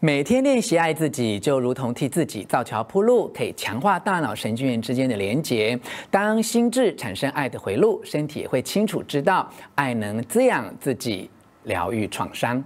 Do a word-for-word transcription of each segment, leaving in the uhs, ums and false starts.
每天练习爱自己，就如同替自己造桥铺路，可以强化大脑神经元之间的连结。当心智产生爱的回路，身体也会清楚知道爱能滋养自己，疗愈创伤。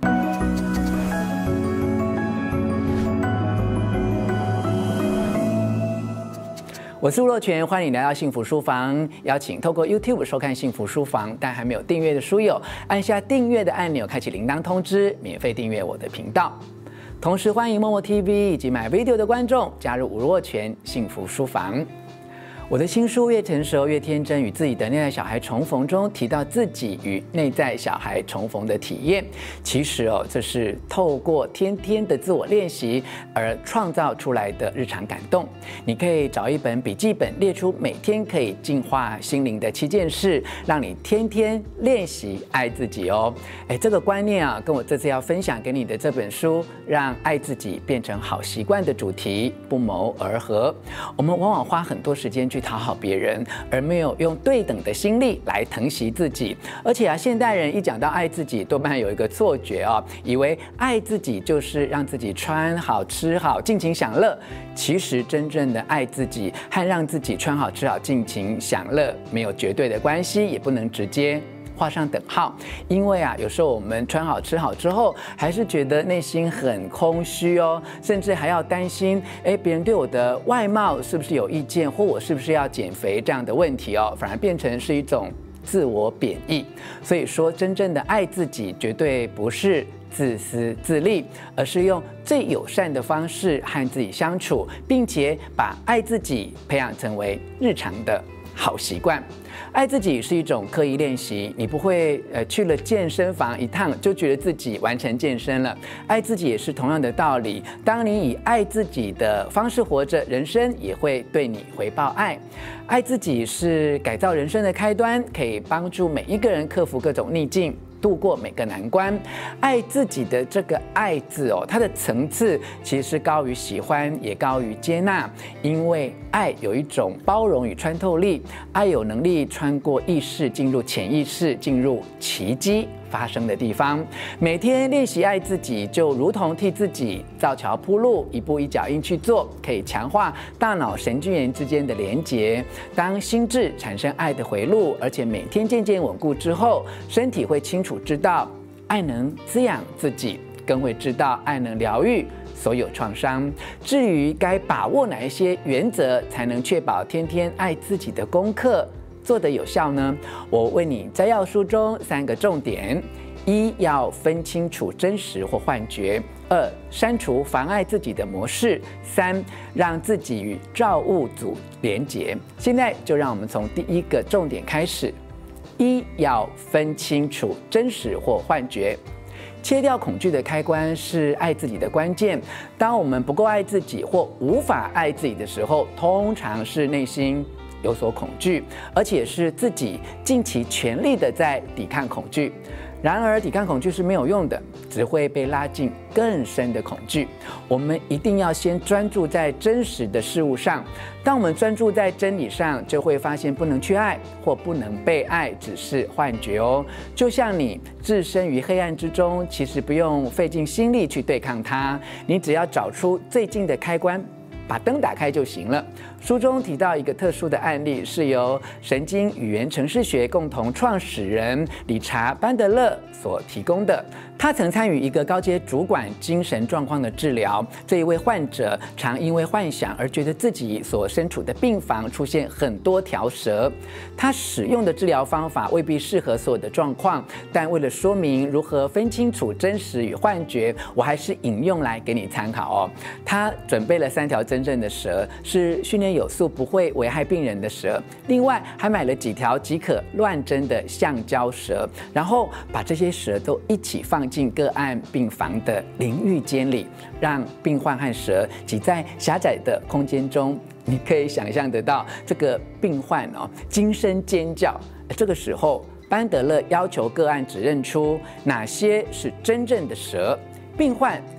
我是吴若权，欢迎来到幸福书房。邀请透过 YouTube 收看幸福书房，但还没有订阅的书友，按下订阅的按钮，开启铃铛通知，免费订阅我的频道。同时欢迎默默 T V 以及买 video 的观众加入吴若权幸福书房。我的新书《越成熟越天真》与自己的内在小孩重逢中提到自己与内在小孩重逢的体验，其实哦，这是透过天天的自我练习而创造出来的日常感动。你可以找一本笔记本，列出每天可以净化心灵的七件事，让你天天练习爱自己哦。哎，这个观念啊，跟我这次要分享给你的这本书《让爱自己变成好习惯》的主题不谋而合。我们往往花很多时间去讨好别人，而没有用对等的心力来疼惜自己。而且啊，现代人一讲到爱自己，多半有一个错觉啊，以为爱自己就是让自己穿好、吃好、尽情享乐。其实真正的爱自己和让自己穿好、吃好、尽情享乐没有绝对的关系，也不能直接画上等号。因为啊，有时候我们穿好吃好之后，还是觉得内心很空虚哦，甚至还要担心，哎，别人对我的外貌是不是有意见，或我是不是要减肥这样的问题哦，反而变成是一种自我贬义。所以说，真正的爱自己，绝对不是自私自利，而是用最友善的方式和自己相处，并且把爱自己培养成为日常的好习惯。爱自己是一种刻意练习，你不会呃去了健身房一趟就觉得自己完成健身了。爱自己也是同样的道理，当你以爱自己的方式活着，人生也会对你回报爱。爱自己是改造人生的开端，可以帮助每一个人克服各种逆境，度过每个难关。爱自己的这个爱字哦，它的层次其实是高于喜欢，也高于接纳。因为爱有一种包容与穿透力，爱有能力穿过意识，进入潜意识，进入奇迹发生的地方。每天练习爱自己，就如同替自己造桥铺路，一步一脚印去做，可以强化大脑神经元之间的连结。当心智产生爱的回路，而且每天渐渐稳固之后，身体会清楚知道爱能滋养自己，更会知道爱能疗愈所有创伤。至于该把握哪一些原则，才能确保天天爱自己的功课做得有效呢？我为你摘要书中三个重点：一、要分清楚真实或幻觉；二、删除妨碍自己的模式；三、让自己与造物主连结。现在就让我们从第一个重点开始。一、要分清楚真实或幻觉。切掉恐惧的开关是爱自己的关键。当我们不够爱自己或无法爱自己的时候，通常是内心有所恐惧，而且是自己尽其全力的在抵抗恐惧。然而，抵抗恐惧是没有用的，只会被拉进更深的恐惧。我们一定要先专注在真实的事物上。当我们专注在真理上，就会发现不能去爱或不能被爱只是幻觉哦。就像你置身于黑暗之中，其实不用费尽心力去对抗它，你只要找出最近的开关，把灯打开就行了。书中提到一个特殊的案例，是由神经语言程式学共同创始人理查·班德勒所提供的。他曾参与一个高阶主管精神状况的治疗，这一位患者常因为幻想而觉得自己所身处的病房出现很多条蛇。他使用的治疗方法未必适合所有的状况，但为了说明如何分清楚真实与幻觉，我还是引用来给你参考哦。他准备了三条真正的蛇，是训练有素、不会危害病人的蛇，另外还买了几条即可乱真的橡胶蛇，然后把这些蛇都一起放进个案病房的淋浴间里，让病患和蛇挤在狭窄的空间中。你可以想象得到，这个病患哦惊声尖叫。这个时候，班德勒要求个案指认出哪些是真正的蛇，病患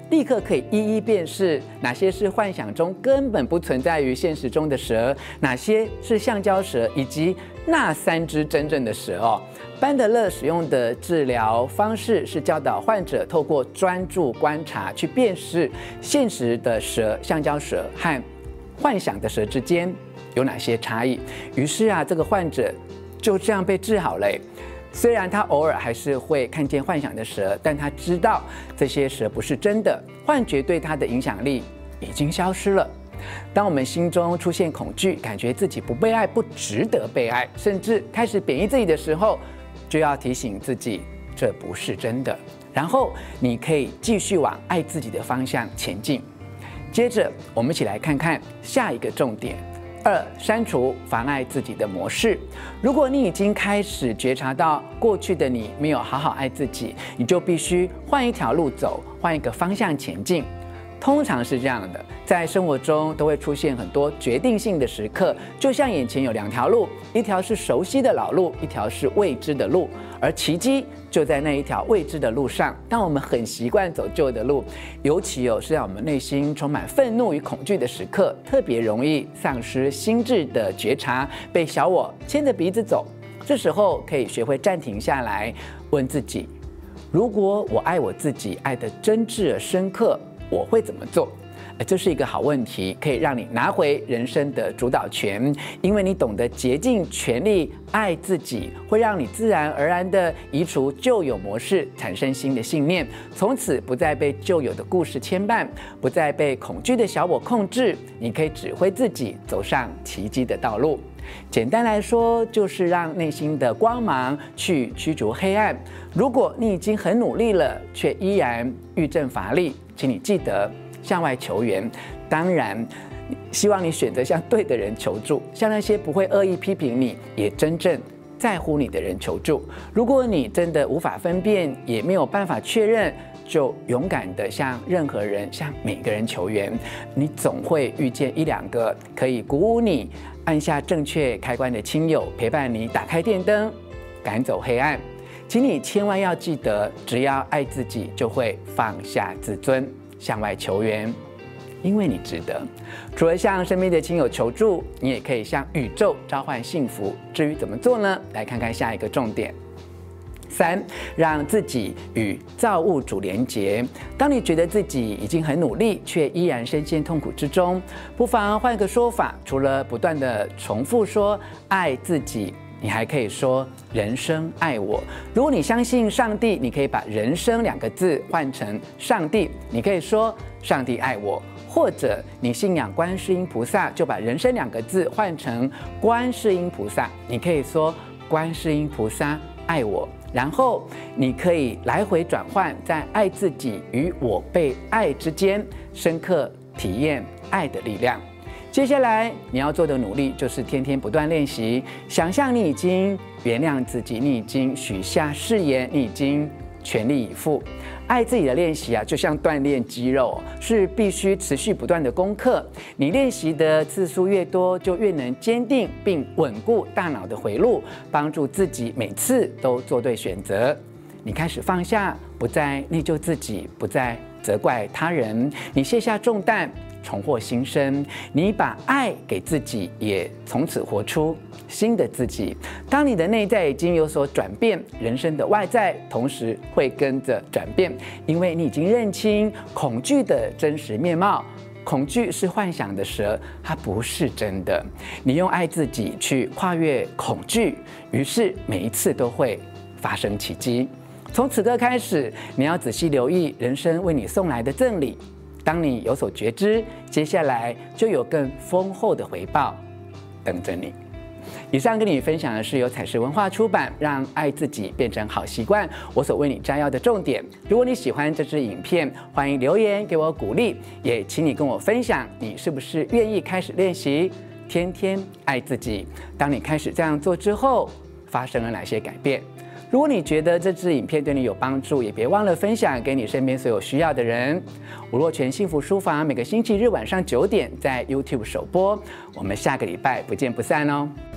立刻可以一一辨识哪些是幻想中根本不存在于现实中的蛇，哪些是橡胶蛇，以及那三只真正的蛇哦。班德勒使用的治疗方式是教导患者透过专注观察去辨识现实的蛇、橡胶蛇和幻想的蛇之间有哪些差异。于是啊，这个患者就这样被治好了。虽然他偶尔还是会看见幻想的蛇，但他知道这些蛇不是真的，幻觉对他的影响力已经消失了。当我们心中出现恐惧，感觉自己不被爱、不值得被爱，甚至开始贬义自己的时候，就要提醒自己，这不是真的。然后你可以继续往爱自己的方向前进。接着，我们一起来看看下一个重点。二、删除妨碍自己的模式。如果你已经开始觉察到过去的你没有好好爱自己，你就必须换一条路走，换一个方向前进。通常是这样的，在生活中都会出现很多决定性的时刻，就像眼前有两条路，一条是熟悉的老路，一条是未知的路，而奇迹就在那一条未知的路上。当我们很习惯走旧的路，尤其有是让我们内心充满愤怒与恐惧的时刻，特别容易丧失心智的觉察，被小我牵着鼻子走。这时候可以学会暂停下来，问自己：如果我爱我自己，爱得真挚而深刻，我会怎么做？这是一个好问题，可以让你拿回人生的主导权，因为你懂得竭尽全力爱自己，会让你自然而然地移除旧有模式，产生新的信念，从此不再被旧有的故事牵绊，不再被恐惧的小我控制，你可以指挥自己走上奇迹的道路。简单来说，就是让内心的光芒去驱逐黑暗。如果你已经很努力了，却依然欲振乏力，请你记得向外求援。当然，希望你选择向对的人求助，向那些不会恶意批评你，也真正在乎你的人求助。如果你真的无法分辨，也没有办法确认，就勇敢地向任何人、向每个人求援。你总会遇见一两个可以鼓舞你、按下正确开关的亲友，陪伴你打开电灯，赶走黑暗。请你千万要记得，只要爱自己，就会放下自尊，向外求援，因为你值得。除了向身边的亲友求助，你也可以向宇宙召唤幸福。至于怎么做呢？来看看下一个重点。三、让自己与造物主连结。当你觉得自己已经很努力，却依然深陷痛苦之中，不妨换个说法，除了不断地重复说爱自己，你还可以说人生爱我。如果你相信上帝，你可以把人生两个字换成上帝，你可以说上帝爱我。或者你信仰观世音菩萨，就把人生两个字换成观世音菩萨，你可以说观世音菩萨爱我。然后你可以来回转换，在爱自己与我被爱之间，深刻体验爱的力量。接下来你要做的努力就是天天不断练习，想象你已经原谅自己，你已经许下誓言，你已经全力以赴。爱自己的练习啊，就像锻炼肌肉，是必须持续不断的功课。你练习的次数越多，就越能坚定并稳固大脑的回路，帮助自己每次都做对选择。你开始放下，不再内疚自己，不再责怪他人，你卸下重担，重获新生。你把爱给自己，也从此活出新的自己。当你的内在已经有所转变，人生的外在同时会跟着转变，因为你已经认清恐惧的真实面貌。恐惧是幻想的蛇，它不是真的。你用爱自己去跨越恐惧，于是每一次都会发生奇迹。从此刻开始，你要仔细留意人生为你送来的赠礼。当你有所觉知，接下来就有更丰厚的回报等着你。以上跟你分享的是由采实文化出版《让爱自己变成好习惯》我所为你摘要的重点。如果你喜欢这支影片，欢迎留言给我鼓励，也请你跟我分享你是不是愿意开始练习天天爱自己。当你开始这样做之后，发生了哪些改变？如果你觉得这支影片对你有帮助，也别忘了分享给你身边所有需要的人。吴若权幸福书房每个星期日晚上九点在 YouTube 首播，我们下个礼拜不见不散哦。